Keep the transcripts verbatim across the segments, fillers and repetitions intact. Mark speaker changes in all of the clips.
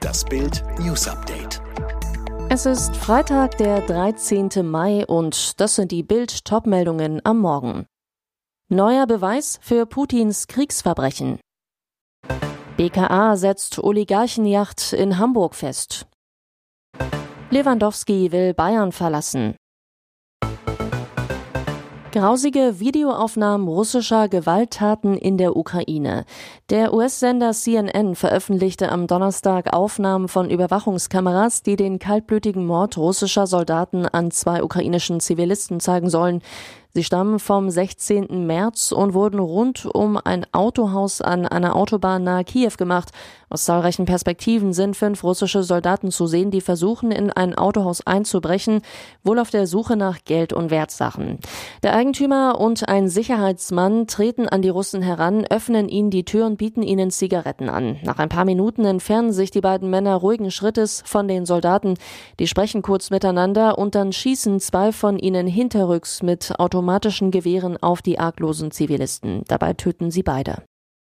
Speaker 1: Das Bild News Update.
Speaker 2: Es ist Freitag, der dreizehnten Mai und das sind die Bild-Top-Meldungen am Morgen. Neuer Beweis für Putins Kriegsverbrechen. B K A setzt Oligarchenjacht in Hamburg fest. Lewandowski will Bayern verlassen. Grausige Videoaufnahmen russischer Gewalttaten in der Ukraine. Der U S-Sender C N N veröffentlichte am Donnerstag Aufnahmen von Überwachungskameras, die den kaltblütigen Mord russischer Soldaten an zwei ukrainischen Zivilisten zeigen sollen. Sie stammen vom sechzehnten März und wurden rund um ein Autohaus an einer Autobahn nahe Kiew gemacht. Aus zahlreichen Perspektiven sind fünf russische Soldaten zu sehen, die versuchen, in ein Autohaus einzubrechen, wohl auf der Suche nach Geld und Wertsachen. Der Eigentümer und ein Sicherheitsmann treten an die Russen heran, öffnen ihnen die Tür und bieten ihnen Zigaretten an. Nach ein paar Minuten entfernen sich die beiden Männer ruhigen Schrittes von den Soldaten. Die sprechen kurz miteinander und dann schießen zwei von ihnen hinterrücks mit automatischen Gewehren auf die arglosen Zivilisten. Dabei töten sie beide.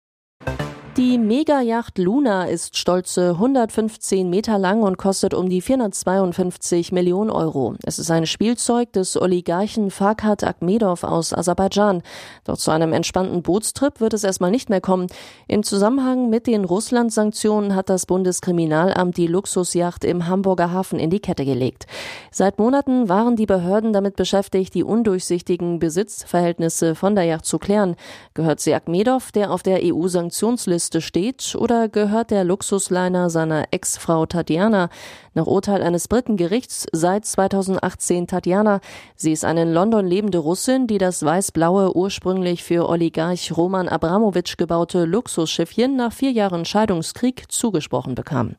Speaker 2: Die Megayacht Luna ist stolze hundertfünfzehn Meter lang und kostet um die vierhundertzweiundfünfzig Millionen Euro. Es ist ein Spielzeug des Oligarchen Farkad Akhmedov aus Aserbaidschan. Doch zu einem entspannten Bootstrip wird es erstmal nicht mehr kommen. Im Zusammenhang mit den Russland-Sanktionen hat das Bundeskriminalamt die Luxusjacht im Hamburger Hafen in die Kette gelegt. Seit Monaten waren die Behörden damit beschäftigt, die undurchsichtigen Besitzverhältnisse von der Yacht zu klären. Gehört sie Akhmedov, der auf der E U-Sanktionsliste steht, oder gehört der Luxusliner seiner Ex-Frau Tatjana? Nach Urteil eines Britengerichts seit zweitausendachtzehn Tatjana. Sie ist eine in London lebende Russin, die das weiß-blaue, ursprünglich für Oligarch Roman Abramowitsch gebaute Luxusschiffchen nach vier Jahren Scheidungskrieg zugesprochen bekam.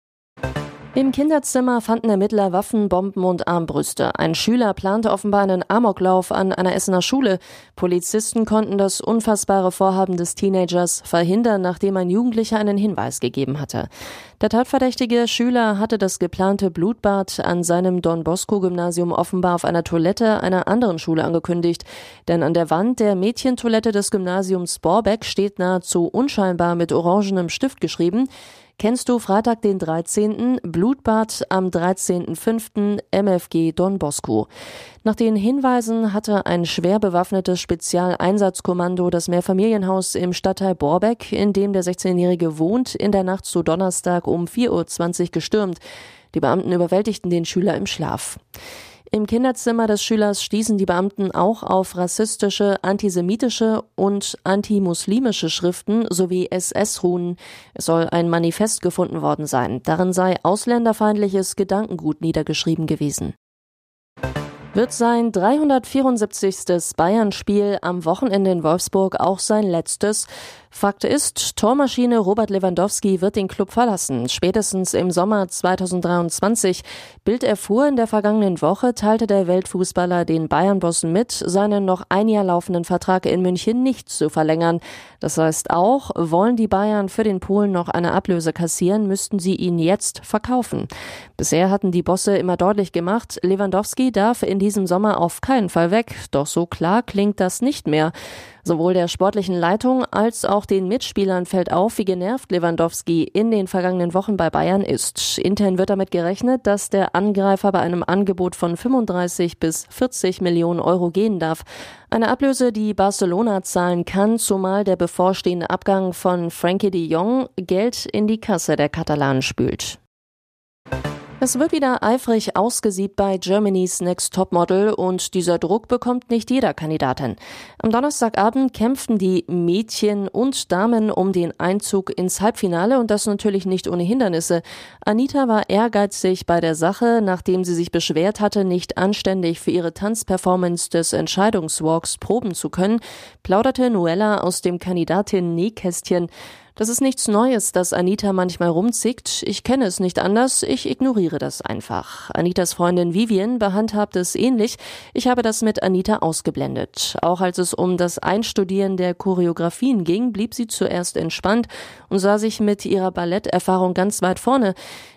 Speaker 2: Im Kinderzimmer fanden Ermittler Waffen, Bomben und Armbrüste. Ein Schüler plante offenbar einen Amoklauf an einer Essener Schule. Polizisten konnten das unfassbare Vorhaben des Teenagers verhindern, nachdem ein Jugendlicher einen Hinweis gegeben hatte. Der tatverdächtige Schüler hatte das geplante Blutbad an seinem Don-Bosco-Gymnasium offenbar auf einer Toilette einer anderen Schule angekündigt. Denn an der Wand der Mädchentoilette des Gymnasiums Borbeck steht nahezu unscheinbar mit orangenem Stift geschrieben: Kennst du Freitag den dreizehnten Blutbad am dreizehnten fünften M F G Don Bosco. Nach den Hinweisen hatte ein schwer bewaffnetes Spezialeinsatzkommando das Mehrfamilienhaus im Stadtteil Borbeck, in dem der sechzehnjährige wohnt, in der Nacht zu Donnerstag um vier Uhr zwanzig gestürmt. Die Beamten überwältigten den Schüler im Schlaf. Im Kinderzimmer des Schülers stießen die Beamten auch auf rassistische, antisemitische und antimuslimische Schriften sowie S S-Runen. Es soll ein Manifest gefunden worden sein. Darin sei ausländerfeindliches Gedankengut niedergeschrieben gewesen. Wird sein dreihundertvierundsiebzigstes Bayern-Spiel am Wochenende in Wolfsburg auch sein letztes? Fakt ist, Tormaschine Robert Lewandowski wird den Club verlassen, spätestens im Sommer zweitausenddreiundzwanzig. Bild erfuhr, in der vergangenen Woche teilte der Weltfußballer den Bayern-Bossen mit, seinen noch ein Jahr laufenden Vertrag in München nicht zu verlängern. Das heißt auch, wollen die Bayern für den Polen noch eine Ablöse kassieren, müssten sie ihn jetzt verkaufen. Bisher hatten die Bosse immer deutlich gemacht, Lewandowski darf in diesem Sommer auf keinen Fall weg, doch so klar klingt das nicht mehr. Sowohl der sportlichen Leitung als auch den Mitspielern fällt auf, wie genervt Lewandowski in den vergangenen Wochen bei Bayern ist. Intern wird damit gerechnet, dass der Angreifer bei einem Angebot von fünfunddreißig bis vierzig Millionen Euro gehen darf. Eine Ablöse, die Barcelona zahlen kann, zumal der bevorstehende Abgang von Frenkie de Jong Geld in die Kasse der Katalanen spült. Es wird wieder eifrig ausgesiebt bei Germany's Next Topmodel und dieser Druck bekommt nicht jeder Kandidatin. Am Donnerstagabend kämpften die Mädchen und Damen um den Einzug ins Halbfinale und das natürlich nicht ohne Hindernisse. Anita war ehrgeizig bei der Sache, nachdem sie sich beschwert hatte, nicht anständig für ihre Tanzperformance des Entscheidungswalks proben zu können, plauderte Noella aus dem Kandidatinnen-Nähkästchen. Das ist nichts Neues, dass Anita manchmal rumzickt. Ich kenne es nicht anders, ich ignoriere das einfach. Anitas Freundin Vivian behandhabt es ähnlich. Ich habe das mit Anita ausgeblendet. Auch als es um das Einstudieren der Choreografien ging, blieb sie zuerst entspannt und sah sich mit ihrer Balletterfahrung ganz weit vorne.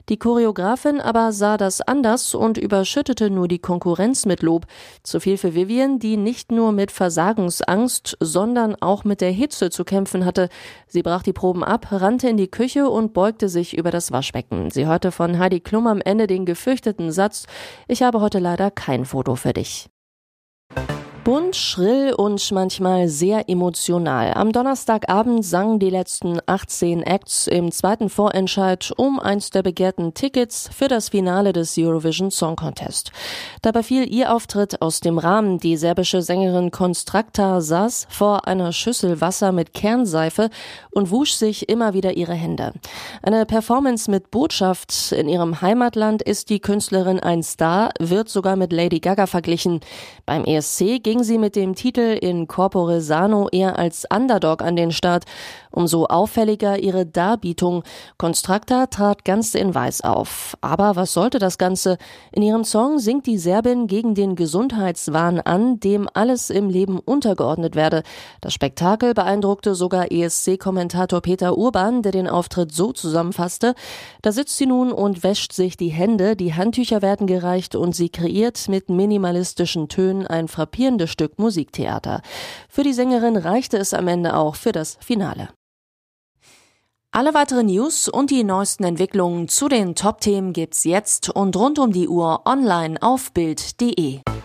Speaker 2: Die Choreografin aber sah das anders und überschüttete nur die Konkurrenz mit Lob. Zu viel für Vivienne, die nicht nur mit Versagensangst, sondern auch mit der Hitze zu kämpfen hatte. Sie brach die Proben ab, rannte in die Küche und beugte sich über das Waschbecken. Sie hörte von Heidi Klum am Ende den gefürchteten Satz: „Ich habe heute leider kein Foto für dich." Bunt, schrill und manchmal sehr emotional. Am Donnerstagabend sangen die letzten achtzehn Acts im zweiten Vorentscheid um eins der begehrten Tickets für das Finale des Eurovision Song Contest. Dabei fiel ihr Auftritt aus dem Rahmen. Die serbische Sängerin Konstrakta saß vor einer Schüssel Wasser mit Kernseife und wusch sich immer wieder ihre Hände. Eine Performance mit Botschaft. In ihrem Heimatland ist die Künstlerin ein Star, wird sogar mit Lady Gaga verglichen. Beim E S C ging sie mit dem Titel In Corpore Sano eher als Underdog an den Start. Umso auffälliger ihre Darbietung. Konstrakta trat ganz in Weiß auf. Aber was sollte das Ganze? In ihrem Song singt die Serbin gegen den Gesundheitswahn an, dem alles im Leben untergeordnet werde. Das Spektakel beeindruckte sogar E S C-Kommentator Peter Urban, der den Auftritt so zusammenfasste: Da sitzt sie nun und wäscht sich die Hände, die Handtücher werden gereicht und sie kreiert mit minimalistischen Tönen ein frappierendes Stück Musiktheater. Für die Sängerin reichte es am Ende auch für das Finale. Alle weiteren News und die neuesten Entwicklungen zu den Top-Themen gibt's jetzt und rund um die Uhr online auf Bild punkt de.